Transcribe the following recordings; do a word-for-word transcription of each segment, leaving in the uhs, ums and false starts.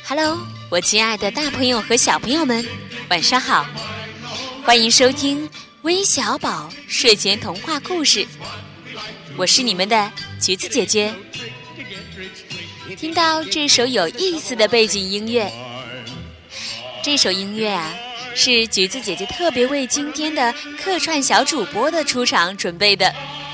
Hello， 我亲爱的大朋友和小朋友们，晚上好！欢迎收听微小宝睡前童话故事，我是你们的橘子姐姐。听到这首有意思的背景音乐，这首音乐啊，是橘子姐姐特别为今天的客串小主播的出场准备的。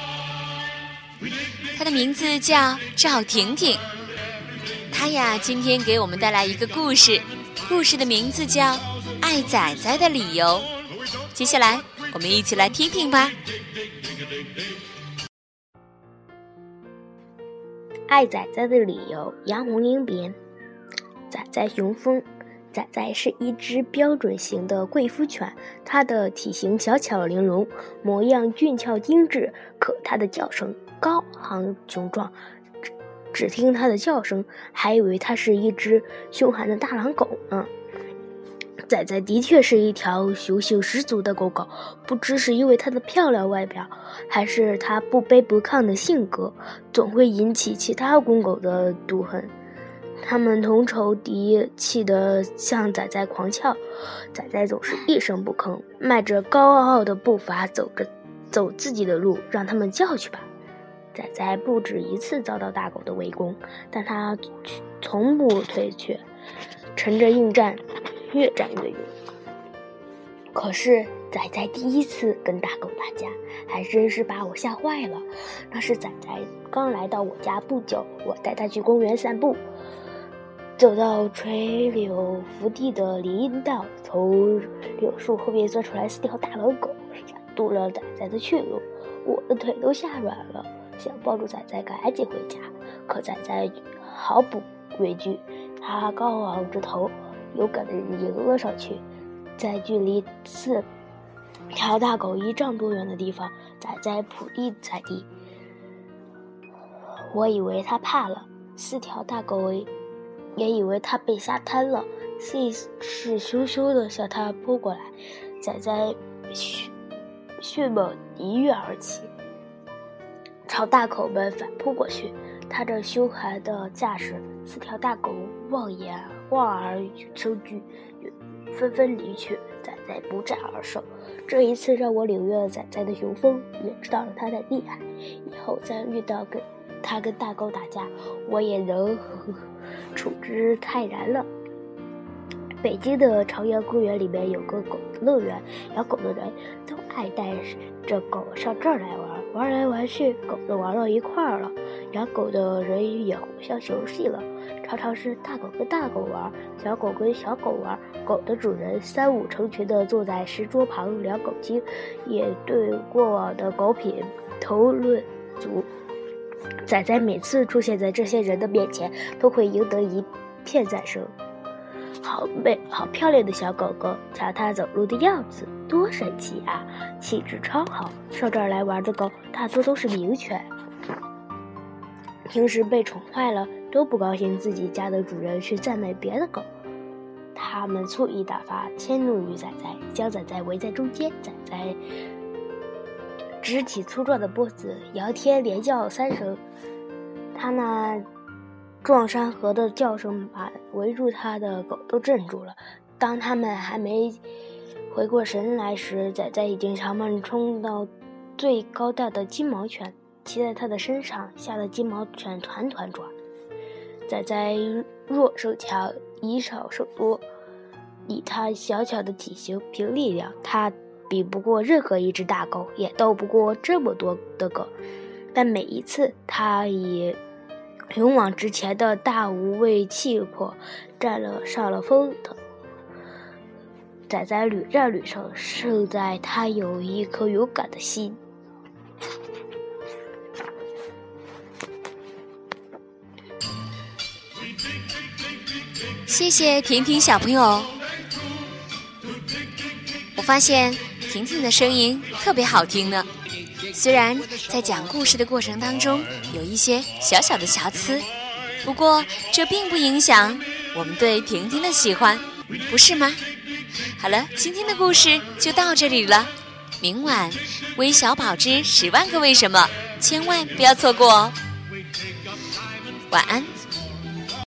她的名字叫赵婷婷，她呀今天给我们带来一个故事，故事的名字叫《爱仔仔的理由》。接下来我们一起来听听吧。 爱仔仔的理由，杨红英编。仔仔雄风。仔仔是一只标准型的贵妇犬，它的体型小巧玲珑，模样俊俏精致，可它的叫声高昂雄壮，只只听它的叫声还以为它是一只凶悍的大狼狗呢。仔仔的确是一条雄性十足的狗狗，不知是因为它的漂亮外表，还是它不卑不亢的性格，总会引起其他公狗的妒恨。他们同仇敌气地向仔仔狂叫，仔仔总是一声不吭，迈着高傲的步伐走着走自己的路，让他们叫去吧。仔仔不止一次遭到大狗的围攻，但他从不退却，趁着应战，越战越勇。可是仔仔第一次跟大狗打架，还真是把我吓坏了。那是仔仔刚来到我家不久，我带他去公园散步，走到垂柳伏地的林道，从柳树后面钻出来四条大狼狗，拦住了仔仔的去路。我的腿都吓软了，想抱住仔仔赶紧回家，可仔仔毫不畏惧，他高昂着头，勇敢地迎了上去。在距离四条大狗一丈多远的地方，仔仔扑地在地。我以为他怕了，四条大狗也以为他被吓瘫了，气势汹汹地向他扑过来。仔仔迅猛一跃而起，朝大狗们反扑过去。他这凶悍的架势，四条大狗望眼望而生惧，纷纷离去。仔仔不战而胜，这一次让我领略了仔仔的雄风，也知道了他的厉害。以后再遇到跟他跟大狗打架，我也能处之泰然了。北京的朝阳公园里面有个狗的乐园，养狗的人都爱带着狗上这儿来玩，玩来玩去，狗都玩到一块儿了。养狗的人也互相游戏了，常常是大狗跟大狗玩，小狗跟小狗玩。狗的主人三五成群地坐在石桌旁聊狗经，也对过往的狗品头论足。仔仔每次出现在这些人的面前，都会赢得一片赞声。好美好漂亮的小狗狗，瞧它走路的样子多神奇啊，气质超好。上这儿来玩的狗大多都是名犬，平时被宠坏了都不高兴自己家的主人去赞美别的狗，他们醋意大发，迁怒于仔仔，将仔仔围在中间。仔仔直起粗壮的脖子，仰天连叫三声，他那撞山河的叫声把围住他的狗都镇住了。当他们还没回过神来时，仔仔已经朝慢冲到最高大的金毛犬，骑在他的身上，吓得金毛犬团团转。仔仔弱胜强，以少胜多，以他小巧的体型凭力量，他比不过任何一只大狗，也斗不过这么多的狗。但每一次他以勇往直前的大无畏气魄占了上了风头。仔仔屡战屡胜，胜在他有一颗勇敢的心。 谢谢婷婷小朋友。我发现婷婷的声音特别好听呢，虽然在讲故事的过程当中有一些小小的瑕疵，不过这并不影响我们对婷婷的喜欢，不是吗？好了，今天的故事就到这里了。明晚微小宝之十万个为什么，千万不要错过哦。晚安。